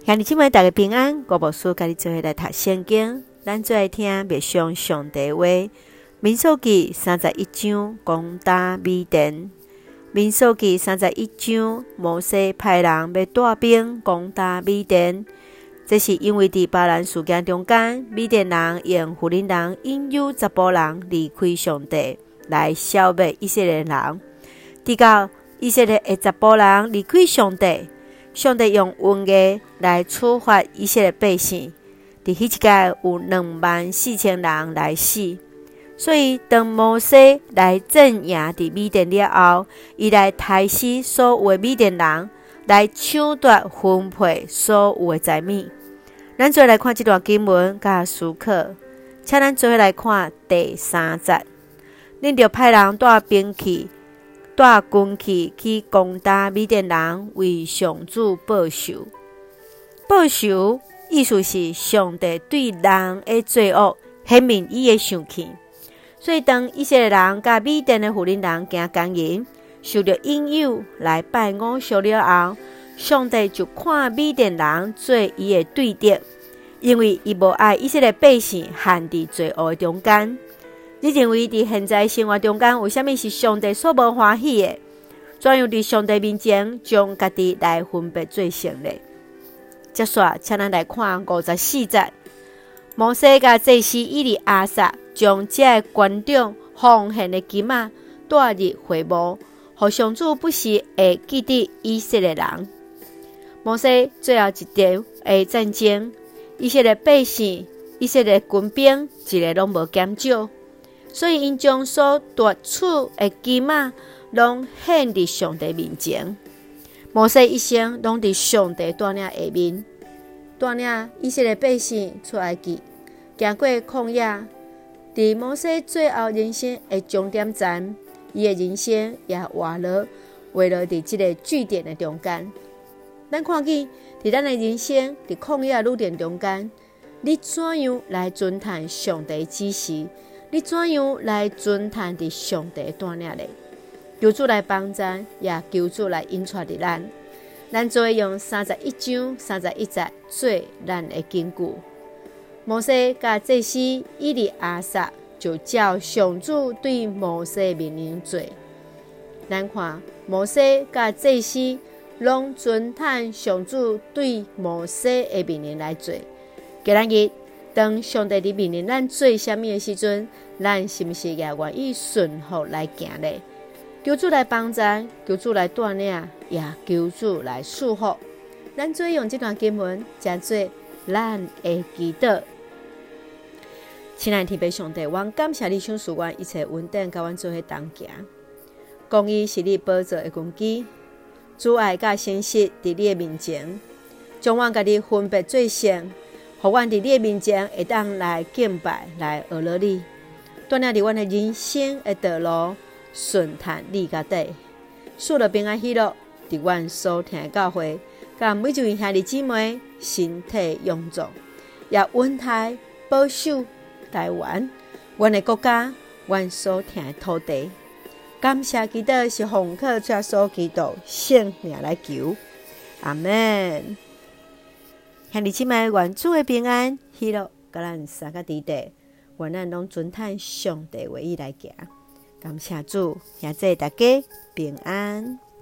兄弟姊妹大家平安，我牧师甲你做伙来读圣经，咱做来听默想上帝话。民数记31章攻打米甸。民数记31章，摩西派人要带兵攻打米甸。这是因为伫巴兰事件中间，米甸人用妇人人引诱查甫人离开上帝，来消灭以色列人。直到以色列的查甫人离开上帝，上帝用瘟疫来处罚以色列百姓。伫迄一届有24000人来死。所以当摩西来镇压伫米甸了后，伊来杀死所有的米甸人，来抢夺分配所有的财物。咱做来看这段经文甲思考，请咱做来看第3节。恁着派人带兵器、带军器去攻打米甸人，为上主报仇。报仇意思是上帝对人的罪恶显明伊的生气。所以当以色列人甲米甸的妇人人行奸淫，受到引诱来拜偶像了后，上帝就看米甸人做伊的对敌，因为伊无爱以色列百姓陷伫罪恶的中间。你认为伫现在生活中间，为什么是上帝所无欢喜的？怎样伫上帝面前将家己来分别做圣呢？接下请咱来看54节。摩西甲祭司以利亚撒将这个官长奉献的金仔带入会幕，互上主不时会记得以色列人。摩西最后一场的战争，以色列百姓、以色列军兵一个拢无减少，所以因将所夺取的金仔拢献伫上帝面前。摩西一生拢伫上帝带领下面，带领以色列百姓出埃及，行过旷野。伫摩西最后人生的终点站，伊的人生也活落伫这个据点的中间。咱看见伫咱的人生伫旷野旅程中间，你怎样来遵探上帝指示？你怎样来遵探伫上帝带领的？求主来帮助，也求主来引带伫咱。咱做用31章31节做咱的根据。摩西甲祭司以利亚撒就照上主对摩西的命令做。咱看摩西甲祭司拢遵探上主对摩西的命令来做。今日当上帝的命令咱做什么的时阵，咱是不是也愿意顺服来行呢？求主来帮助，求主来带领，也求主来祝福。咱做用这段经文，真做咱的祈祷。亲爱的天父上帝，阮感谢你赏赐阮一切稳定，甲阮做伙同行。公义是你宝座的根基，主爱甲诚实伫你的面前，将阮家己分别做圣，互阮伫你的面前会当来敬拜，来学了你，带领伫阮的人生的道路。顺探你家底，赐了平安喜乐，伫阮所听的教会，甲每一位兄弟姊妹身体勇壮，也稳台保守台湾，阮的国家，阮所听的土地。感谢祈祷是奉靠耶稣基督圣名来求，阿门。兄弟姊妹，愿主的平安喜乐，甲咱三个伫地，愿咱拢遵探上帝话语来行。感谢主，也祝大家平安。